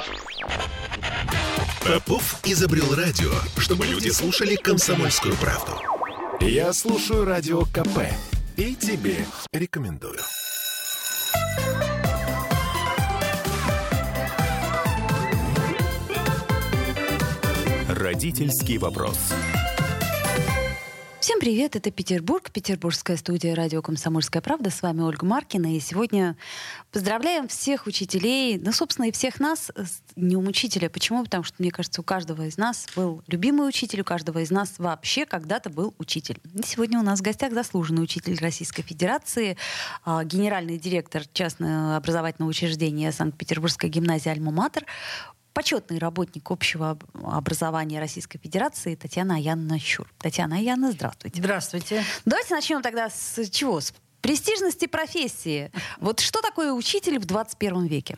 Попов изобрел радио, чтобы люди слушали «Комсомольскую правду». Я слушаю Радио КП и тебе рекомендую. Родительский вопрос. Всем привет, это Петербург, петербургская студия радио «Комсомольская правда». С вами Ольга Маркина. И сегодня поздравляем всех учителей, собственно, и всех нас с Днем Учителя. Почему? Потому что, мне кажется, у каждого из нас был любимый учитель, у каждого из нас вообще когда-то был учитель. И сегодня у нас в гостях заслуженный учитель Российской Федерации, генеральный директор частного образовательного учреждения Санкт-Петербургской гимназии «Альма-Матер», почетный работник общего образования Российской Федерации Татьяна Аянна Щур. Татьяна Аянна, здравствуйте. Здравствуйте. Давайте начнем тогда с чего? С престижности профессии. Вот что такое учитель в 21 веке?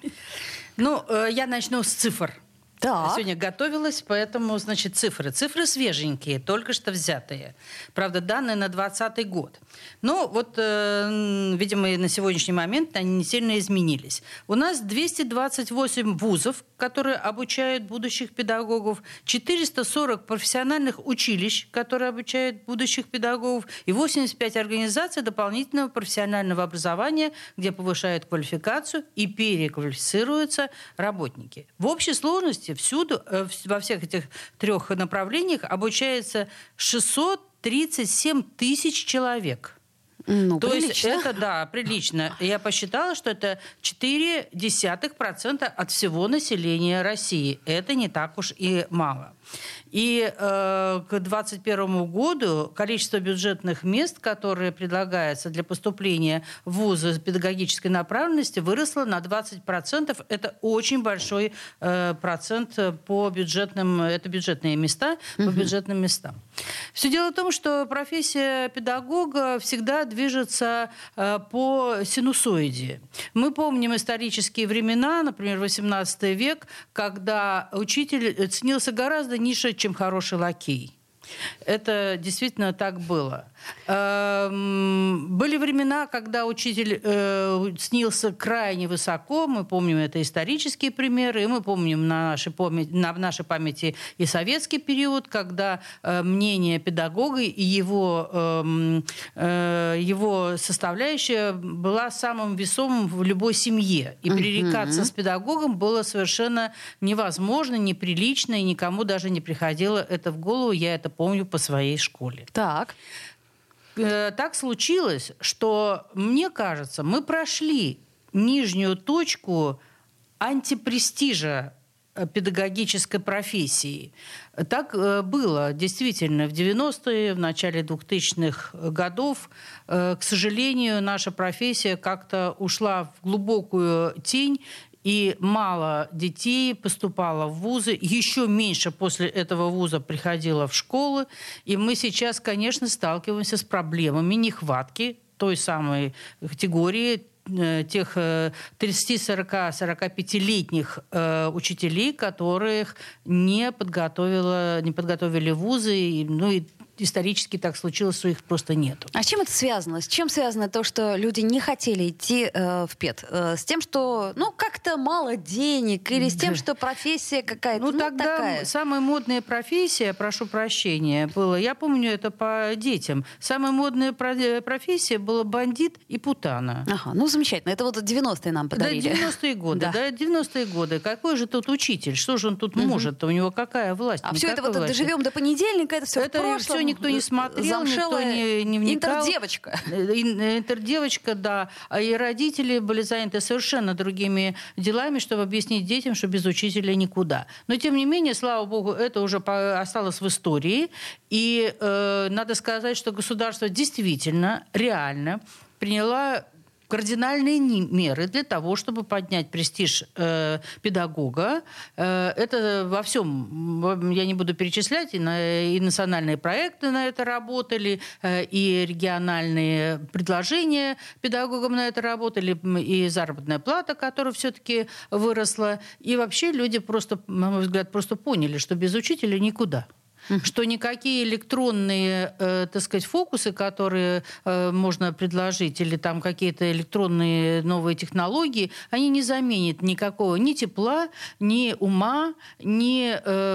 Я начну с цифр. Так. Я сегодня готовилась, поэтому, цифры. Цифры свеженькие, только что взятые. Правда, данные на 2020 год. Но видимо, и на сегодняшний момент они не сильно изменились. У нас 228 вузов, которые обучают будущих педагогов, 440 профессиональных училищ, которые обучают будущих педагогов, и 85 организаций дополнительного профессионального образования, где повышают квалификацию и переквалифицируются работники. В общей сложности всюду, во всех этих трех направлениях обучается 637 тысяч человек. То прилично. есть это, прилично. Я посчитала, что это 0,4% от всего населения России. Это не так уж и мало. И к 2021 году количество бюджетных мест, которые предлагаются для поступления в вузы педагогической направленности, выросло на 20%. Это очень большой процент по бюджетным, это бюджетные места, по бюджетным местам. Все дело в том, что профессия педагога всегда движется по синусоиде. Мы помним исторические времена, например, 18 век, когда учитель ценился гораздо ниже, чем хороший лакей. Это действительно так было. Были времена, когда учитель снился крайне высоко. Мы помним это исторические примеры, и мы помним на нашей памяти и советский период, когда мнение педагога и его составляющая была самым весомым в любой семье. И пререкаться с педагогом было совершенно невозможно, неприлично, и никому даже не приходило это в голову. Я это помню по своей школе. Так случилось, что, мне кажется, мы прошли нижнюю точку антипрестижа педагогической профессии. Так было действительно в 90-е, в начале 2000-х годов. К сожалению, наша профессия как-то ушла в глубокую тень, и мало детей поступало в вузы, еще меньше после этого вуза приходило в школы. И мы сейчас, конечно, сталкиваемся с проблемами нехватки той самой категории тех 30-40-45-летних учителей, которых не подготовили вузы, и исторически так случилось, что их просто нету. А с чем это связано? С чем связано то, что люди не хотели идти в ПЕД? С тем, что как-то мало денег, или с тем, что профессия какая-то тогда такая? Самая модная профессия, прошу прощения, была, я помню это по детям, самая модная профессия была бандит и путана. Ага, замечательно. Это 90-е нам подарили. Да, 90-е годы. Да, 90-е годы. Какой же тут учитель? Что же он тут может? У него какая власть? А все это доживем до понедельника, это все в прошлом. Все никто не смотрел, никто не вникал. Интердевочка. Интердевочка, да. И родители были заняты совершенно другими делами, чтобы объяснить детям, что без учителя никуда. Но, тем не менее, слава богу, это уже осталось в истории. И надо сказать, что государство действительно, реально приняло кардинальные меры для того, чтобы поднять престиж педагога. Это во всем, я не буду перечислять, и национальные проекты на это работали, и региональные предложения педагогам на это работали, и заработная плата, которая все-таки выросла. И вообще люди просто, на мой взгляд, просто поняли, что без учителя никуда. что никакие электронные, так сказать, фокусы, которые можно предложить, или там какие-то электронные новые технологии, они не заменят никакого ни тепла, ни ума, ни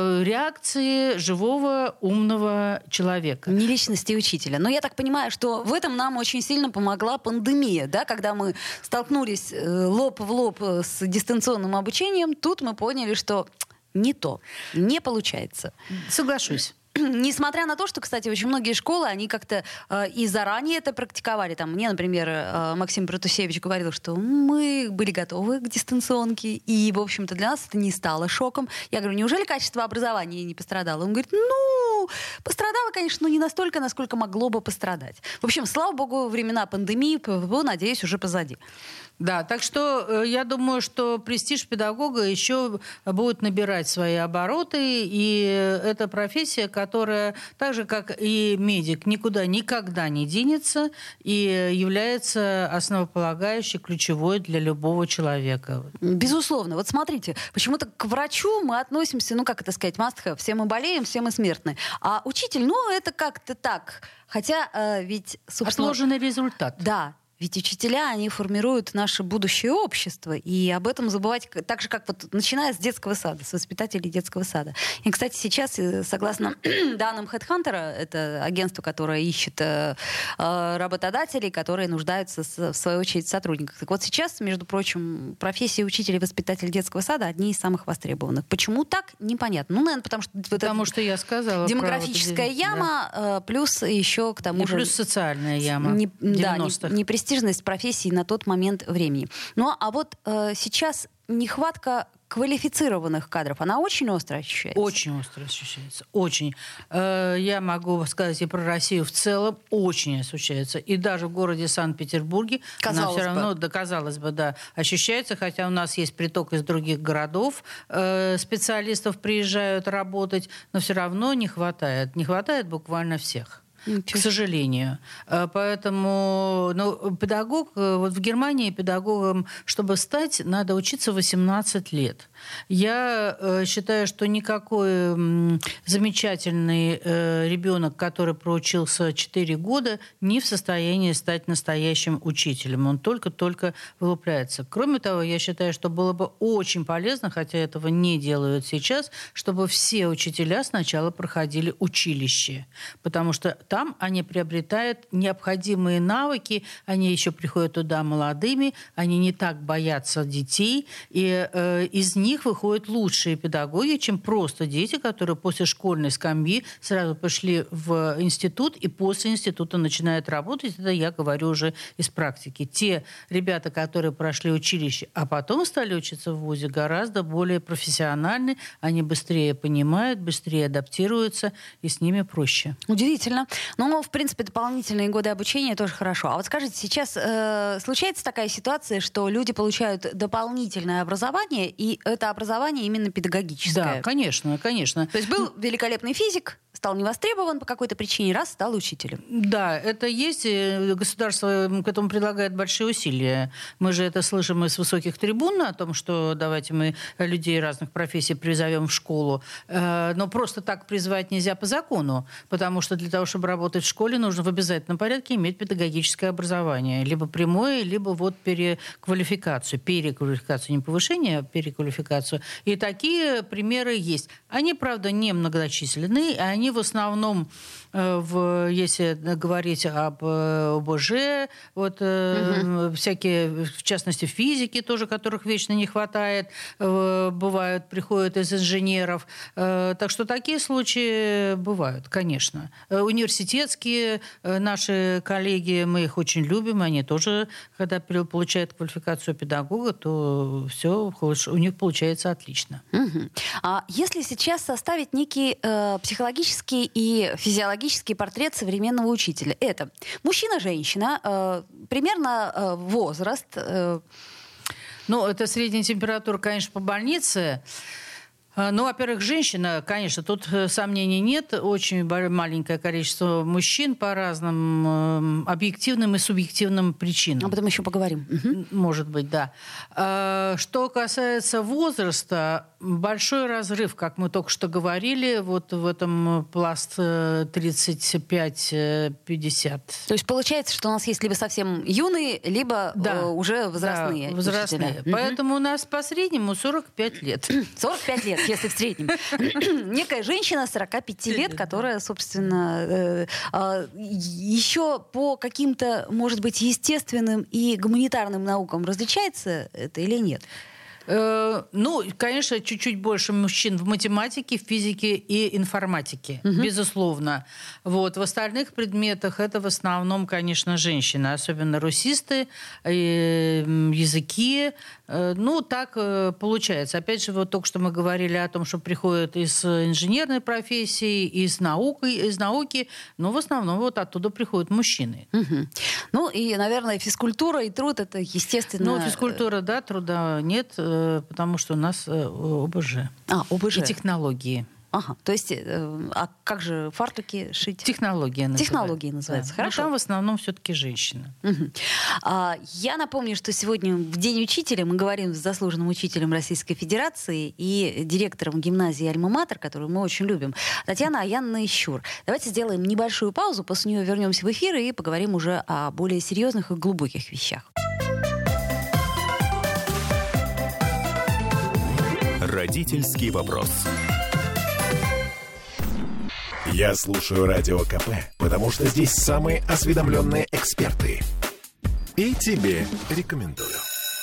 реакции живого умного человека. Не личности учителя. Но я так понимаю, что в этом нам очень сильно помогла пандемия, да, когда мы столкнулись лоб в лоб с дистанционным обучением, тут мы поняли, что не то, не получается. Соглашусь. Несмотря на то, что, кстати, очень многие школы, они как-то и заранее это практиковали. Там, мне, например, Максим Протусевич говорил, что мы были готовы к дистанционке, и, в общем-то, для нас это не стало шоком. Я говорю, неужели качество образования не пострадало? Он говорит, пострадало, конечно, но не настолько, насколько могло бы пострадать. В общем, слава богу, времена пандемии, надеюсь, уже позади. Да, так что я думаю, что престиж педагога еще будет набирать свои обороты, и это профессия, которая, так же, как и медик, никуда никогда не денется и является основополагающей, ключевой для любого человека. Безусловно. Вот смотрите, почему-то к врачу мы относимся, как это сказать, must have. Все мы болеем, все мы смертны. А учитель, это как-то так. Хотя ведь, собственно... Отложенный результат. Да. Ведь учителя, они формируют наше будущее общество. И об этом забывать так же, как начиная с детского сада, с воспитателей детского сада. И, кстати, сейчас, согласно данным HeadHunter, это агентство, которое ищет работодателей, которые нуждаются, в свою очередь, в сотрудниках. Так вот сейчас, между прочим, профессия учителя и воспитатель детского сада одни из самых востребованных. Почему так? Непонятно. Наверное, потому что я сказала, демографическая яма, плюс еще к тому же... плюс социальная яма 90-х. Непрестижность профессии на тот момент времени. А вот сейчас нехватка квалифицированных кадров, она очень остро ощущается? Очень остро ощущается. Очень. Я могу сказать и про Россию в целом. Очень ощущается. И даже в городе Санкт-Петербурге она все равно, казалось бы, ощущается, хотя у нас есть приток из других городов, специалистов приезжают работать, но все равно не хватает. Не хватает буквально всех. К сожалению. Поэтому педагог, в Германии педагогом, чтобы стать, надо учиться 18 лет. Я считаю, что никакой замечательный ребенок, который проучился 4 года, не в состоянии стать настоящим учителем. Он только-только вылупляется. Кроме того, я считаю, что было бы очень полезно, хотя этого не делают сейчас, чтобы все учителя сначала проходили училище. Потому что там они приобретают необходимые навыки, они еще приходят туда молодыми, они не так боятся детей, и из них выходят лучшие педагоги, чем просто дети, которые после школьной скамьи сразу пошли в институт, и после института начинают работать. Это я говорю уже из практики. Те ребята, которые прошли училище, а потом стали учиться в вузе, гораздо более профессиональны, они быстрее понимают, быстрее адаптируются, и с ними проще. Удивительно. В принципе, дополнительные годы обучения тоже хорошо. А вот скажите, сейчас случается такая ситуация, что люди получают дополнительное образование, и это образование именно педагогическое? Да, конечно. То есть был великолепный физик, стал невостребован по какой-то причине, раз стал учителем. Да, это есть. Государство к этому прилагает большие усилия. Мы же это слышим из высоких трибун о том, что давайте мы людей разных профессий призовем в школу. Но просто так призвать нельзя по закону, потому что для того, чтобы работать в школе, нужно в обязательном порядке иметь педагогическое образование. Либо прямое, либо переквалификацию. Переквалификацию, не повышение, а переквалификацию. И такие примеры есть. Они, правда, не многочисленны, они в основном, если говорить об ОБЖ, всякие, в частности, физики тоже, которых вечно не хватает, бывают, приходят из инженеров. Так что такие случаи бывают, конечно. Университетские наши коллеги, мы их очень любим, они тоже, когда получают квалификацию педагога, то все у них получается отлично. А если сейчас составить некий психологический и физиологический портрет современного учителя, это мужчина-женщина, примерно возраст. Это средняя температура, конечно, по больнице. Во-первых, женщина, конечно, тут сомнений нет. Очень маленькое количество мужчин по разным объективным и субъективным причинам. Об этом еще поговорим. Может быть, да. Что касается возраста, большой разрыв, как мы только что говорили, вот в этом пласт 35-50. То есть получается, что у нас есть либо совсем юные, либо уже возрастные. Да, возрастные. Поэтому у нас по среднему 45 лет. 45 лет, если в среднем. Некая женщина 45 лет, которая, собственно, еще по каким-то, может быть, естественным и гуманитарным наукам различается это или нет? Ну, конечно, чуть-чуть больше мужчин в математике, в физике и информатике, безусловно. Вот. В остальных предметах это в основном, конечно, женщины, особенно русисты, языки. Ну, так получается. Опять же, вот только что мы говорили о том, что приходят из инженерной профессии, из науки, но в основном вот оттуда приходят мужчины. Ну, и, наверное, физкультура и труд — это естественно... Ну, физкультура, да, труда нет, потому что у нас ОБЖ. ОБЖ. И технологии. Ага, то есть, а как же фартуки шить? Технология называется. Технологии называется, да. Хорошо. Но там в основном все-таки женщины. Я напомню, что сегодня в День учителя мы говорим с заслуженным учителем Российской Федерации и директором гимназии «Альма-Матер», которую мы очень любим, Татьяна Аянна Ищур. Давайте сделаем небольшую паузу, после нее вернемся в эфир и поговорим уже о более серьезных и глубоких вещах. Родительский вопрос. Я слушаю Радио КП, потому что здесь самые осведомленные эксперты. И тебе рекомендую.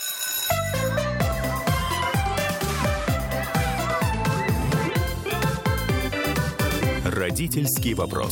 Родительский вопрос.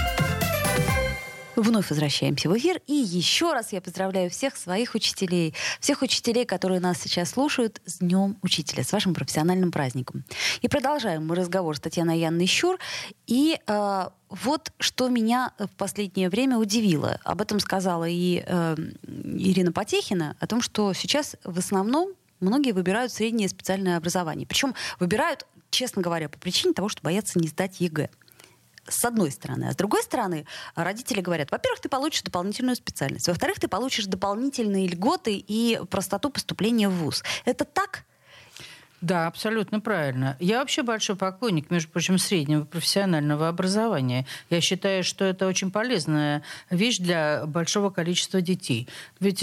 Вновь возвращаемся в эфир. И еще раз я поздравляю всех своих учителей, которые нас сейчас слушают, с Днем Учителя, с вашим профессиональным праздником. И продолжаем мы разговор с Татьяной Аянной Ищур. И вот что меня в последнее время удивило. Об этом сказала и Ирина Потехина, о том, что сейчас в основном многие выбирают среднее специальное образование. Причем выбирают, честно говоря, по причине того, что боятся не сдать ЕГЭ. С одной стороны. А с другой стороны, родители говорят, во-первых, ты получишь дополнительную специальность. Во-вторых, ты получишь дополнительные льготы и простоту поступления в вуз. Это так? Да, абсолютно правильно. Я вообще большой поклонник, между прочим, среднего профессионального образования. Я считаю, что это очень полезная вещь для большого количества детей. Ведь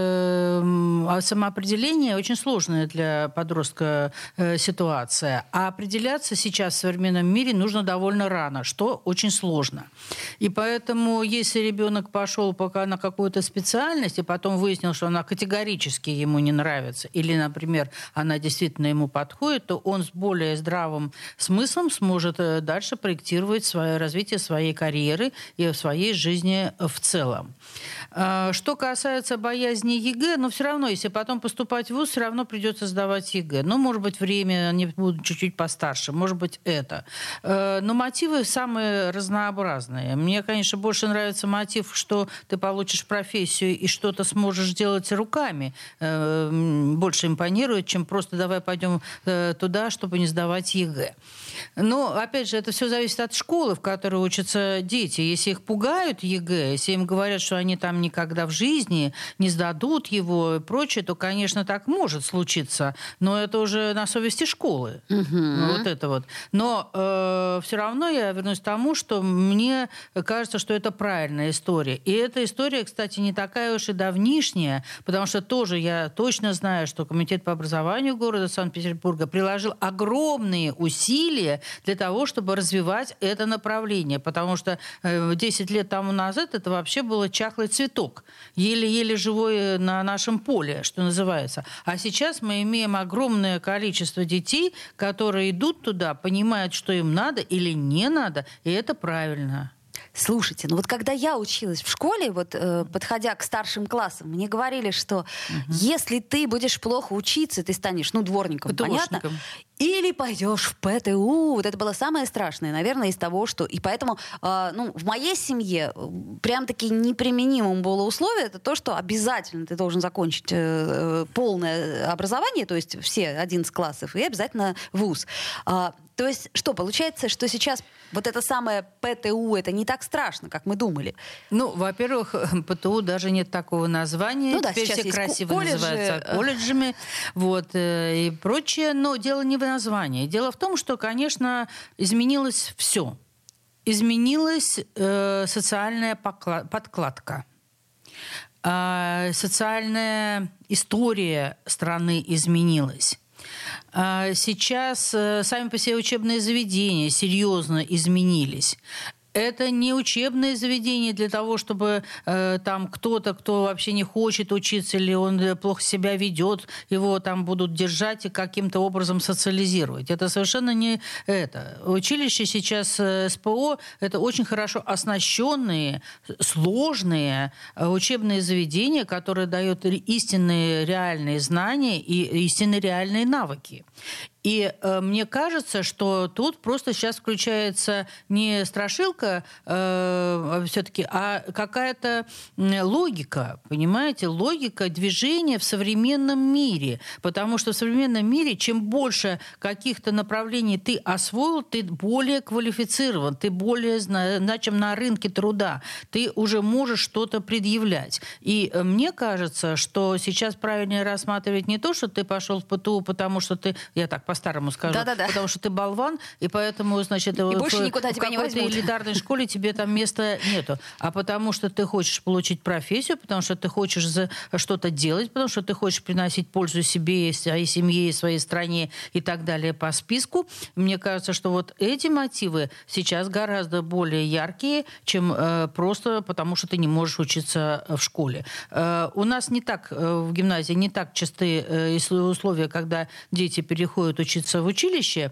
самоопределение очень сложная для подростка ситуация. А определяться сейчас в современном мире нужно довольно рано, что очень сложно. И поэтому, если ребенок пошел пока на какую-то специальность, и потом выяснил, что она категорически ему не нравится, или, например, она действительно ему подходит, то он с более здравым смыслом сможет дальше проектировать развитие своей карьеры и своей жизни в целом. Что касается боязни ЕГЭ, но все равно, если потом поступать в вуз, все равно придется сдавать ЕГЭ. Ну, может быть, время, они будут чуть-чуть постарше, может быть, это. Но мотивы самые разнообразные. Мне, конечно, больше нравится мотив, что ты получишь профессию и что-то сможешь делать руками. Больше импонирует, чем просто давай пойдем туда, чтобы не сдавать ЕГЭ. Но, опять же, это все зависит от школы, в которой учатся дети. Если их пугают ЕГЭ, если им говорят, что они там никогда в жизни не сдадут его и прочее, то, конечно, так может случиться. Но это уже на совести школы. Вот это вот. Но все равно я вернусь к тому, что мне кажется, что это правильная история. И эта история, кстати, не такая уж и давнишняя, потому что тоже я точно знаю, что Комитет по образованию города Санкт-Петербурга приложил огромные усилия для того, чтобы развивать это направление. Потому что 10 лет тому назад это вообще было чахлый цветок, еле-еле живой на нашем поле, что называется. А сейчас мы имеем огромное количество детей, которые идут туда, понимают, что им надо или не надо, и это правильно. Слушайте, ну вот когда я училась в школе, вот подходя к старшим классам, мне говорили, что если ты будешь плохо учиться, ты станешь, дворником, понятно? Или пойдешь в ПТУ. Вот это было самое страшное, наверное, из того, что... И поэтому, в моей семье прям-таки неприменимым было условие, это то, что обязательно ты должен закончить полное образование, то есть все 11 классов, и обязательно вуз. То есть что, получается, что сейчас вот это самое ПТУ, это не так страшно, как мы думали? Ну, во-первых, ПТУ даже нет такого названия. Ну да, теперь сейчас все красиво колледжи, называются колледжами, и прочее. Но дело не в название. Дело в том, что, конечно, изменилось все. Изменилась социальная подкладка. Социальная история страны изменилась. Сейчас сами по себе учебные заведения серьезно изменились. Это не учебные заведения для того, чтобы там кто-то, кто вообще не хочет учиться или он плохо себя ведет, его там будут держать и каким-то образом социализировать. Это совершенно не это. Училище сейчас СПО – это очень хорошо оснащенные, сложные учебные заведения, которые дают истинные реальные знания и истинные реальные навыки. И мне кажется, что тут просто сейчас включается не страшилка все-таки, а какая-то логика, понимаете, логика движения в современном мире. Потому что в современном мире чем больше каких-то направлений ты освоил, ты более квалифицирован, ты более значим на рынке труда, ты уже можешь что-то предъявлять. И мне кажется, что сейчас правильнее рассматривать не то, что ты пошел в ПТУ, потому что ты, я так по-старому скажу, потому что ты болван, и поэтому, значит, и больше никуда тебя не возьмут. В какой-то элитарной школе тебе там места нету. А потому что ты хочешь получить профессию, потому что ты хочешь что-то делать, потому что ты хочешь приносить пользу себе, своей семье, своей стране и так далее по списку. Мне кажется, что вот эти мотивы сейчас гораздо более яркие, чем просто потому, что ты не можешь учиться в школе. У нас не так в гимназии, не так чисты условия, когда дети переходят учиться в училище,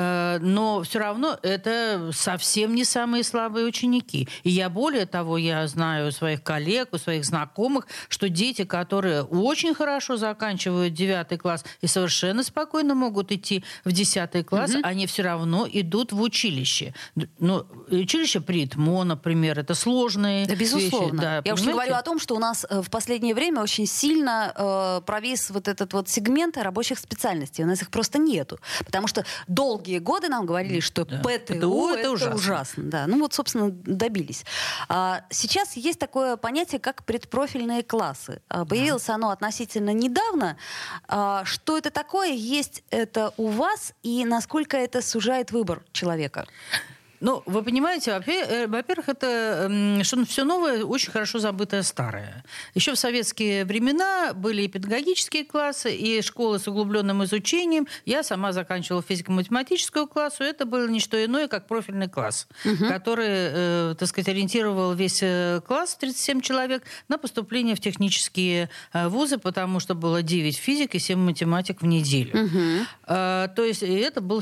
но все равно это совсем не самые слабые ученики. И я более того, я знаю у своих коллег, у своих знакомых, что дети, которые очень хорошо заканчивают 9 класс и совершенно спокойно могут идти в 10 класс, они все равно идут в училище. Но училище при ИТМО, например, это сложные вещи. Безусловно. Да, я уж не говорю о том, что у нас в последнее время очень сильно провис вот этот вот сегмент рабочих специальностей. У нас их просто нету. Потому что долгие годы нам говорили, что ПТУ это ужасно. Да. Ну вот, собственно, добились. Сейчас есть такое понятие, как предпрофильные классы. Появилось оно относительно недавно. Что это такое? Есть это у вас? И насколько это сужает выбор человека? Ну, вы понимаете, во-первых, это что все новое, очень хорошо забытое старое. Еще в советские времена были и педагогические классы, и школы с углубленным изучением. Я сама заканчивала физико-математическую классу. Это было не что иное, как профильный класс, который, так сказать, ориентировал весь класс, 37 человек, на поступление в технические вузы, потому что было 9 физик и 7 математик в неделю. То есть это был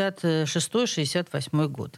66-68 год.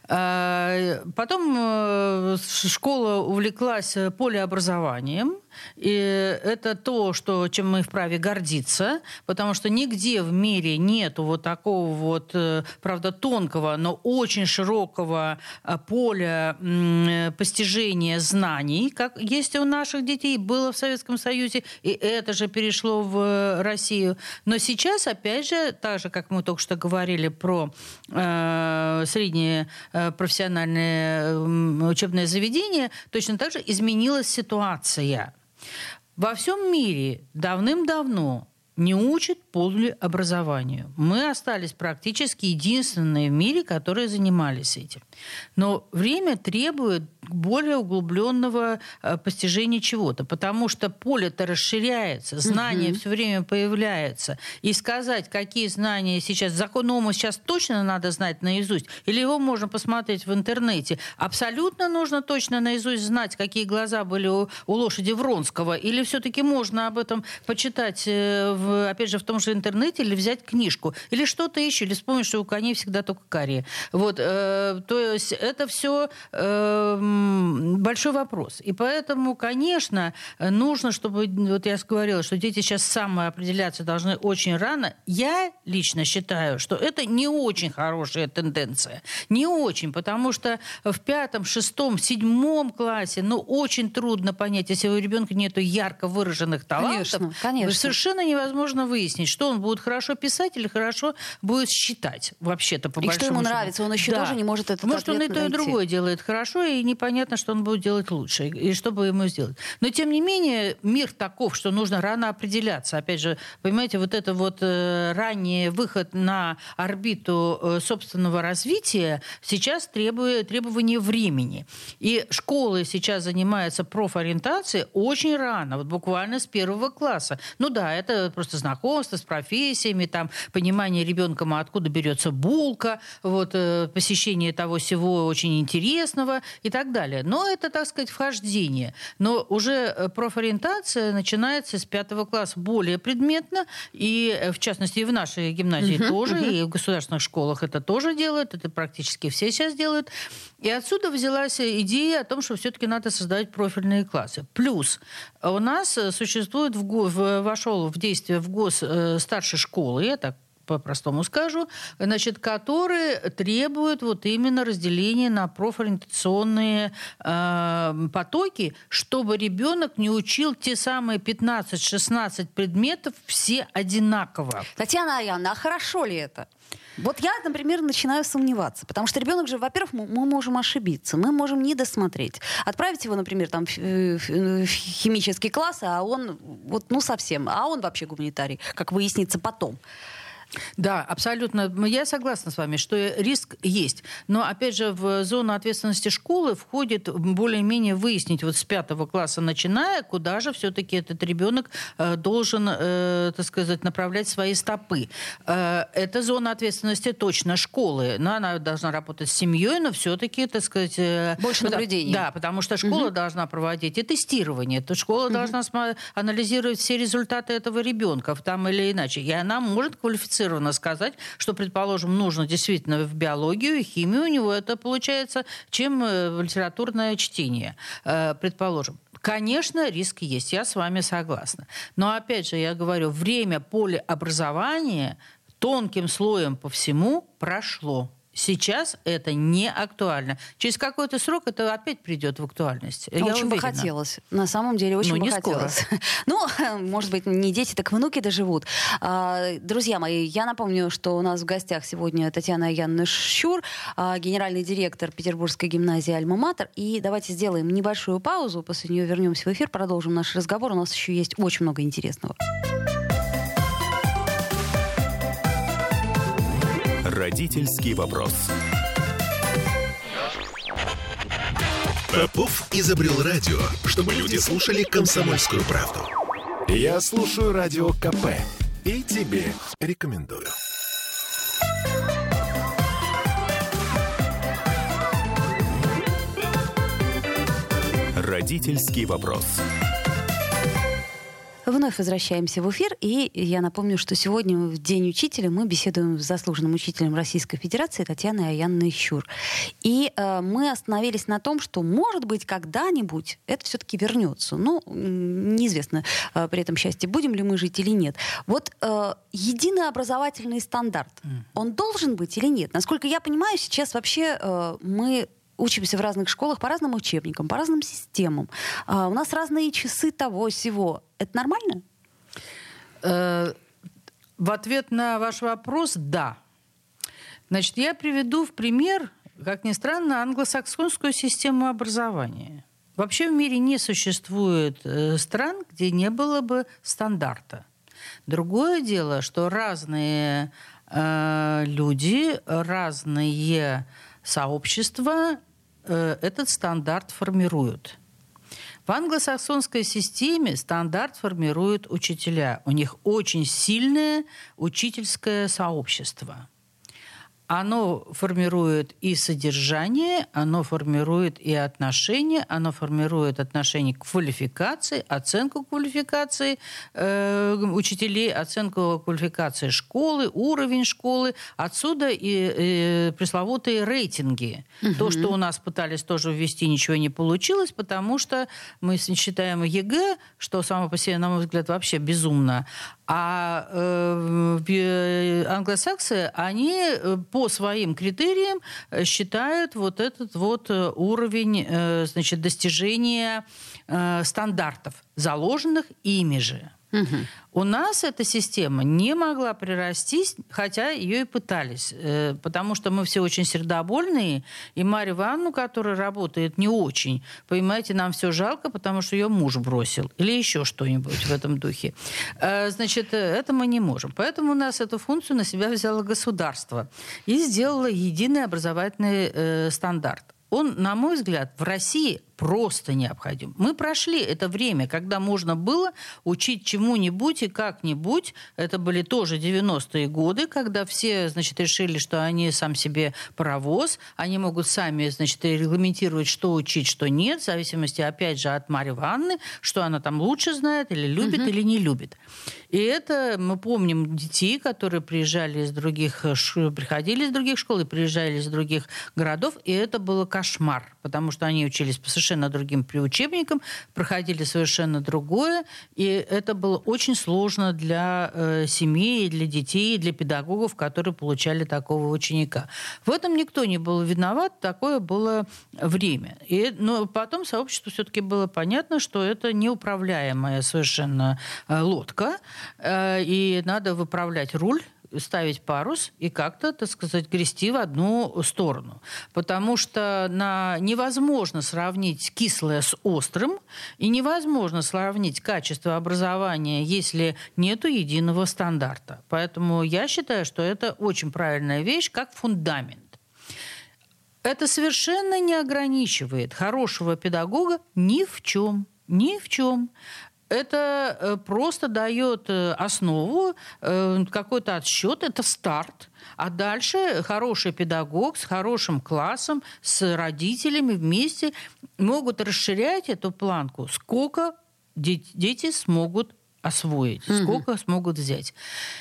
Потом школа увлеклась полеобразованием. И это то, чем мы вправе гордиться, потому что нигде в мире нету вот такого вот, правда, тонкого, но очень широкого поля постижения знаний, как есть у наших детей, было в Советском Союзе, и это же перешло в Россию. Но сейчас, опять же, так же, как мы только что говорили про среднее профессиональное учебное заведение, точно так же изменилась ситуация. Во всем мире давным-давно не учат полеобразованию. Мы остались практически единственные в мире, которые занимались этим. Но время требует более углубленного постижения чего-то, потому что поле-то расширяется, знания все время появляются. И сказать, какие знания сейчас, закон Ома сейчас точно надо знать наизусть, или его можно посмотреть в интернете, абсолютно нужно точно наизусть знать, какие глаза были у лошади Вронского, или все-таки можно об этом почитать, опять же, в том же интернете, или взять книжку, или что-то еще, или вспомнить, что у коней всегда только карие. Вот, то есть это все большой вопрос. И поэтому, конечно, нужно, чтобы, вот я говорила, что дети сейчас самоопределяться должны очень рано. Я лично считаю, что это не очень хорошая тенденция. Не очень, потому что в 5, 6, 7 классе, очень трудно понять, если у ребенка нет ярко выраженных талантов, конечно. совершенно невозможно невозможно выяснить, что он будет хорошо писать или хорошо будет считать, вообще-то, по большому счету. И что ему нравится, он еще тоже не может этот Может, он и ответ то, и найти. другое делает хорошо, и непонятно, что он будет делать лучше, и что бы ему сделать. Но, тем не менее, мир таков, что нужно рано определяться. Опять же, понимаете, вот это вот ранний выход на орбиту собственного развития сейчас требует требования времени. И школы сейчас занимаются профориентацией очень рано, вот буквально с 1 класса. Ну да, это просто знакомство с профессиями, там, понимание ребенком, откуда берется булка, вот, посещение того всего очень интересного и так далее. Но это, так сказать, вхождение. Но уже профориентация начинается с 5 класса более предметно, и, в частности, и в нашей гимназии тоже, и в государственных школах это тоже делают, это практически все сейчас делают. И отсюда взялась идея о том, что все-таки надо создавать профильные классы. Плюс у нас существует, вошел в действие в ГОС старшей школы, я так по-простому скажу, значит, которые требуют вот именно разделения на профориентационные потоки, чтобы ребенок не учил те самые 15-16 предметов все одинаково. Татьяна Аянна, а хорошо ли это? Вот я, например, начинаю сомневаться, потому что ребенок же, во-первых, мы можем ошибиться, мы можем не досмотреть. Отправить его, например, там, в химический класс, а он вот, ну, совсем, а он вообще гуманитарий, как выяснится потом. Да, абсолютно. Я согласна с вами, что риск есть. Но, опять же, в зону ответственности школы входит более-менее выяснить вот с 5 класса начиная, куда же все-таки этот ребенок должен, так сказать, направлять свои стопы. Это зона ответственности точно школы. Но она должна работать с семьей, но все-таки, так сказать... Больше наблюдений. Да, потому что школа должна проводить и тестирование. То школа должна анализировать все результаты этого ребенка, там или иначе. И она может квалифицировать сказать, что, предположим, нужно действительно в биологию и химию, у него это получается, чем литературное чтение, предположим. Конечно, риск есть, я с вами согласна. Но, опять же, я говорю, время полеобразования тонким слоем по всему прошло. Сейчас это не актуально. Через какой-то срок это опять придет в актуальность. Я очень уверена. бы хотелось. На самом деле, очень бы хотелось. Ну, может быть, не дети, так внуки доживут. Друзья мои, я напомню, что у нас в гостях сегодня Татьяна Аянна Щур, генеральный директор Петербургской гимназии «Альма-Матер». И давайте сделаем небольшую паузу, после нее вернемся в эфир, продолжим наш разговор. У нас еще есть очень много интересного. Родительский вопрос. Попов изобрел радио, чтобы люди слушали «Комсомольскую правду». Я слушаю радио КП и тебе рекомендую. Родительский вопрос. Вновь возвращаемся в эфир, и я напомню, что сегодня в День учителя мы беседуем с заслуженным учителем Российской Федерации Татьяной Аянной Щур. И мы остановились на том, что, может быть, когда-нибудь это все-таки вернется. Ну, неизвестно при этом счастье, будем ли мы жить или нет. Вот единый образовательный стандарт, он должен быть или нет? Насколько я понимаю, сейчас вообще мы учимся в разных школах по разным учебникам, по разным системам. У нас разные часы того-сего. Это нормально? В ответ на ваш вопрос – да. Значит, я приведу в пример, как ни странно, англосаксонскую систему образования. Вообще в мире не существует стран, где не было бы стандарта. Другое дело, что разные люди, разные сообщества этот стандарт формируют. В англосаксонской системе стандарт формируют учителя. У них очень сильное учительское сообщество. Оно формирует и содержание, оно формирует и отношения, оно формирует отношение к квалификации, оценку квалификации учителей, оценку квалификации школы, уровень школы. Отсюда и пресловутые рейтинги. То, что у нас пытались тоже ввести, ничего не получилось, потому что мы считаем ЕГЭ, что само по себе, на мой взгляд, вообще безумно. А англосаксы, они по своим критериям считают вот этот вот уровень, значит, достижения стандартов, заложенных ими же. У нас эта система не могла прирастись, хотя ее и пытались, потому что мы все очень сердобольные, и Марью Ивановну, которая работает не очень, понимаете, нам все жалко, потому что ее муж бросил, или еще что-нибудь в этом духе. Значит, это мы не можем. Поэтому у нас эту функцию на себя взяло государство и сделало единый образовательный стандарт. Он, на мой взгляд, в России просто необходим. Мы прошли это время, когда можно было учить чему-нибудь и как-нибудь. Это были тоже 90-е годы, когда все, значит, решили, что они сам себе паровоз, они могут сами, значит, регламентировать, что учить, что нет, в зависимости, опять же, от Марьи Ивановны, что она там лучше знает, или любит, или не любит. И это мы помним детей, которые приходили из других школ и приезжали из других городов, и это было кошмар, потому что они учились по совершенно другим учебникам, проходили совершенно другое, и это было очень сложно для семьи, для детей, для педагогов, которые получали такого ученика. В этом никто не был виноват, такое было время. Но потом сообществу все-таки было понятно, что это неуправляемая совершенно лодка, и надо выправлять руль, ставить парус и как-то, так сказать, грести в одну сторону. Потому что невозможно сравнить кислое с острым, и невозможно сравнить качество образования, если нету единого стандарта. Поэтому я считаю, что это очень правильная вещь, как фундамент. Это совершенно не ограничивает хорошего педагога ни в чем. Ни в чем. Это просто дает основу, какой-то отсчет, это старт. А дальше хороший педагог с хорошим классом, с родителями вместе могут расширять эту планку, сколько дети смогут освоить, сколько смогут взять.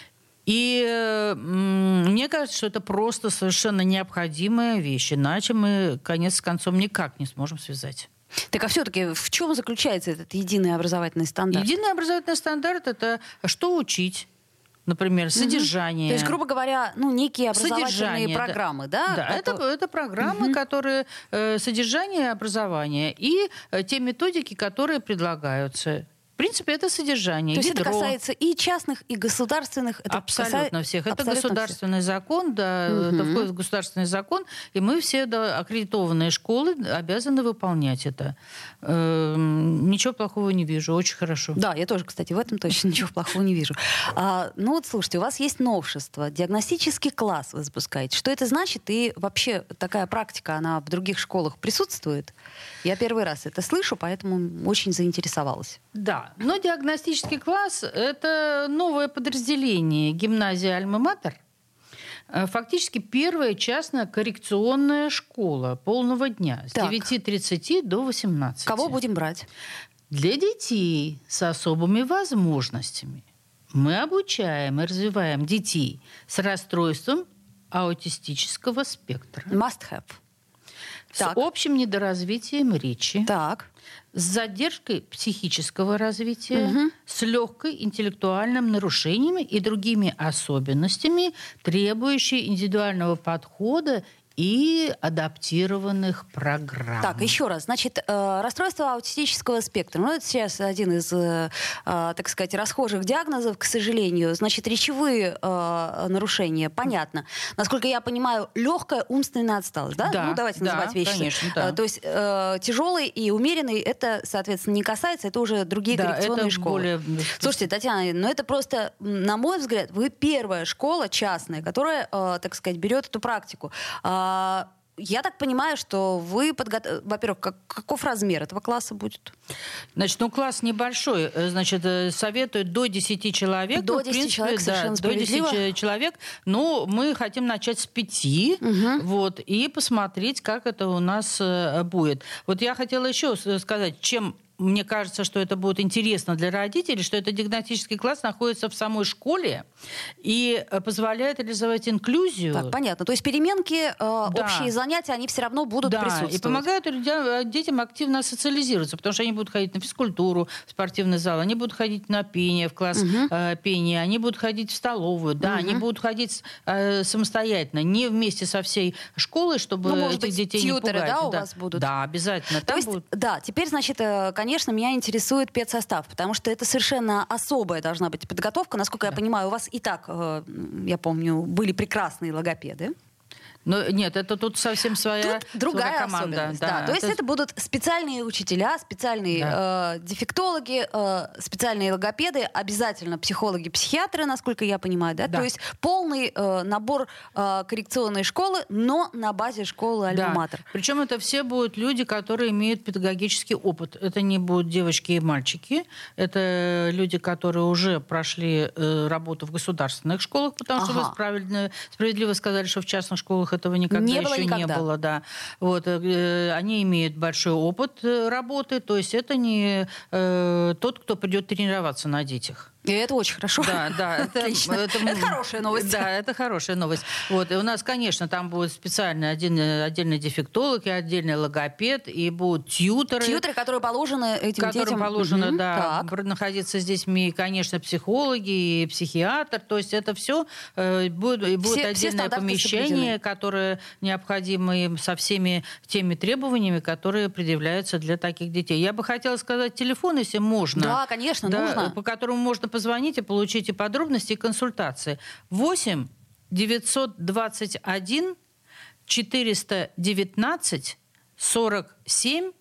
И мне кажется, что это просто совершенно необходимая вещь, иначе мы конец с концом никак не сможем связать. Так а все-таки в чем заключается этот единый образовательный стандарт? Единый образовательный стандарт – это что учить, например, содержание. То есть, грубо говоря, некие образовательные программы, да? Да, это программы, которые содержание образования и те методики, которые предлагаются. В принципе, это содержание. То есть это касается и частных, и государственных. Это абсолютно всех. Это абсолютно государственный всех. Закон, да, это входит в государственный закон, и мы все аккредитованные школы обязаны выполнять это. Ничего плохого не вижу, очень хорошо. Да, я тоже, кстати, в этом точно ничего плохого не вижу. Слушайте, у вас есть новшество. Диагностический класс вы запускаете. Что это значит? И вообще такая практика, она в других школах присутствует? Я первый раз это слышу, поэтому очень заинтересовалась. Да, но диагностический класс – это новое подразделение гимназии «Альма-Матер». Фактически первая частная коррекционная школа полного дня с 9:30 до 18. Кого будем брать? Для детей с особыми возможностями. Мы обучаем и развиваем детей с расстройством аутистического спектра. Must have. С общим недоразвитием речи. Так. С задержкой психического развития, с легкой интеллектуальным нарушениями и другими особенностями, требующими индивидуального подхода и адаптированных программ. Так, еще раз. Значит, расстройство аутистического спектра. Это сейчас один из, так сказать, расхожих диагнозов, к сожалению. Значит, речевые нарушения, понятно. Насколько я понимаю, легкая умственная отсталость, да? Да, Давайте называть вещи. Конечно, да. То есть тяжелый и умеренный это, соответственно, не касается, это уже другие коррекционные школы. Слушайте, Татьяна, это просто, на мой взгляд, вы первая школа частная, которая, так сказать, берет эту практику. Я так понимаю, что вы Во-первых, каков размер этого класса будет? Значит, класс небольшой. Значит, советуют до 10 человек. До 10 человек, совершенно справедливо. До 10 человек. Но мы хотим начать с 5. И посмотреть, как это у нас будет. Вот я хотела еще сказать, чем... Мне кажется, что это будет интересно для родителей, что этот диагностический класс находится в самой школе и позволяет реализовать инклюзию. Так, понятно. То есть переменки, общие занятия, они все равно будут присутствовать. И помогают детям активно социализироваться, потому что они будут ходить на физкультуру, в спортивный зал, они будут ходить на пение, в класс пения, они будут ходить в столовую, они будут ходить самостоятельно, не вместе со всей школой, чтобы этих детей не пугать. Да, у вас будут? Да, обязательно. То есть, теперь, значит, конечно, конечно, меня интересует педсостав, потому что это совершенно особая должна быть подготовка. Насколько я понимаю, у вас и так, я помню, были прекрасные логопеды. Но нет, это тут совсем своя другая команда. особенность. Да. То есть это будут специальные учителя, специальные дефектологи, специальные логопеды, обязательно психологи, психиатры, насколько я понимаю. Да? То есть полный набор коррекционной школы, но на базе школы Альма-Матер. Причем это все будут люди, которые имеют педагогический опыт. Это не будут девочки и мальчики. Это люди, которые уже прошли работу в государственных школах, потому что вы справедливо сказали, что в частных школах этого никогда не было. Да. Вот, они имеют большой опыт работы, то есть это не тот, кто придет тренироваться на детях. И это очень хорошо. Да, это хорошая новость. Да, это хорошая новость. Вот, и у нас, конечно, там будут специальные отдельные дефектологи, отдельный логопед, и будут тьюторы. Тьюторы, которые положены этим детям. Которым положено, находиться здесь, и, конечно, психологи, и психиатр. То есть это все будет отдельное помещение, которое необходимо им со всеми теми требованиями, которые предъявляются для таких детей. Я бы хотела сказать телефон, если можно. Да, конечно, нужно. По которому можно позвонить и получить и подробности, и консультации. 8 921 419 47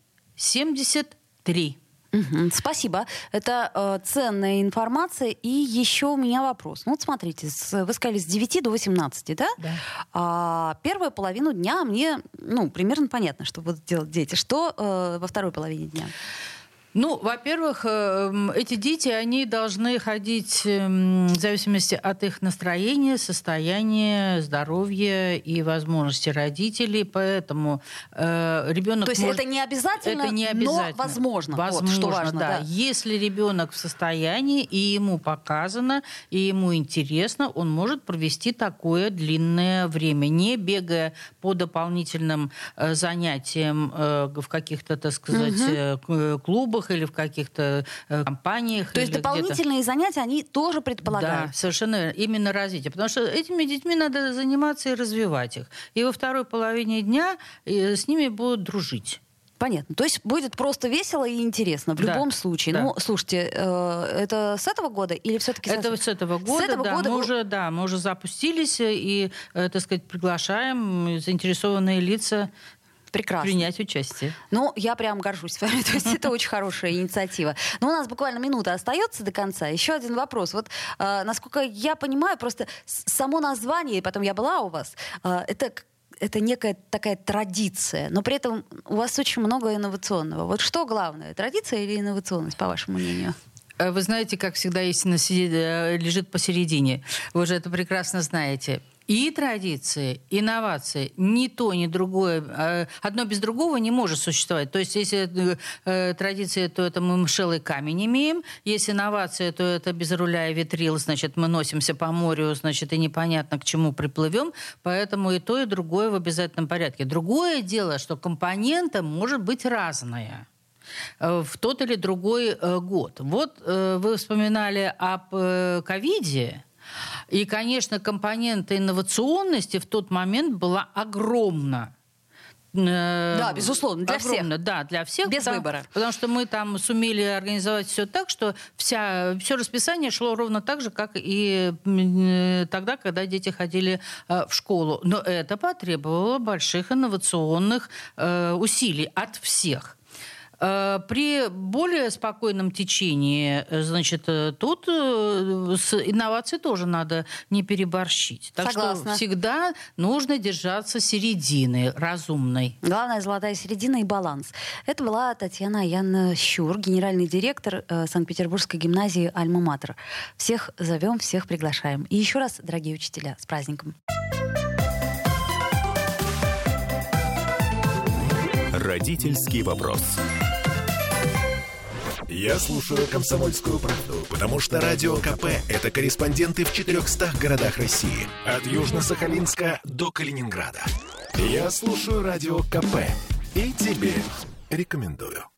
73. Спасибо. Это ценная информация. И еще у меня вопрос. Ну вот смотрите, вы сказали с 9 до 18, да? Да. Первую половину дня мне, примерно понятно, что будут делать дети. Что во второй половине дня? Во-первых, эти дети, они должны ходить в зависимости от их настроения, состояния, здоровья и возможностей родителей, поэтому ребенок... То есть это не обязательно, но возможно. Возможно, что важно, да. Если ребенок в состоянии, и ему показано, и ему интересно, он может провести такое длинное время, не бегая по дополнительным занятиям в каких-то, так сказать, клубах, или в каких-то компаниях. То есть дополнительные занятия, они тоже предполагают? Да, совершенно именно развитие. Потому что этими детьми надо заниматься и развивать их. И во второй половине дня с ними будут дружить. Понятно. То есть будет просто весело и интересно в любом случае. Да. Слушайте, это с этого года или все-таки... Это с этого года, мы уже запустились и, так сказать, приглашаем заинтересованные лица принять участие. Я прям горжусь с вами. То есть это очень хорошая инициатива. Но у нас буквально минута остается до конца. Еще один вопрос. Вот, насколько я понимаю, просто само название, и потом я была у вас, это некая такая традиция, но при этом у вас очень много инновационного. Вот что главное, традиция или инновационность, по вашему мнению? Вы знаете, как всегда, истина лежит посередине. Вы же это прекрасно знаете. И традиции, инновации, ни то, ни другое, одно без другого не может существовать. То есть, если традиция, то это мы мшелый камень имеем. Если инновация, то это без руля и ветрил, значит, мы носимся по морю, значит, и непонятно, к чему приплывем. Поэтому и то, и другое в обязательном порядке. Другое дело, что компонента может быть разная в тот или другой год. Вот вы вспоминали об ковиде. И, конечно, компонента инновационности в тот момент была огромна. Да, безусловно, для всех. Да, для всех. Без выбора. Потому что мы там сумели организовать все так, что все расписание шло ровно так же, как и тогда, когда дети ходили в школу. Но это потребовало больших инновационных усилий от всех. При более спокойном течении, значит, тут с инновацией тоже надо не переборщить. Так Согласна. Что всегда нужно держаться середины разумной. Главное — золотая середина и баланс. Это была Татьяна Ян Щур, генеральный директор Санкт-Петербургской гимназии «Альма-Матер». Всех зовем, всех приглашаем. И еще раз, дорогие учителя, с праздником. Родительский вопрос. Я слушаю «Комсомольскую правду», потому что Радио КП – это корреспонденты в 400 городах России. От Южно-Сахалинска до Калининграда. Я слушаю Радио КП и тебе рекомендую.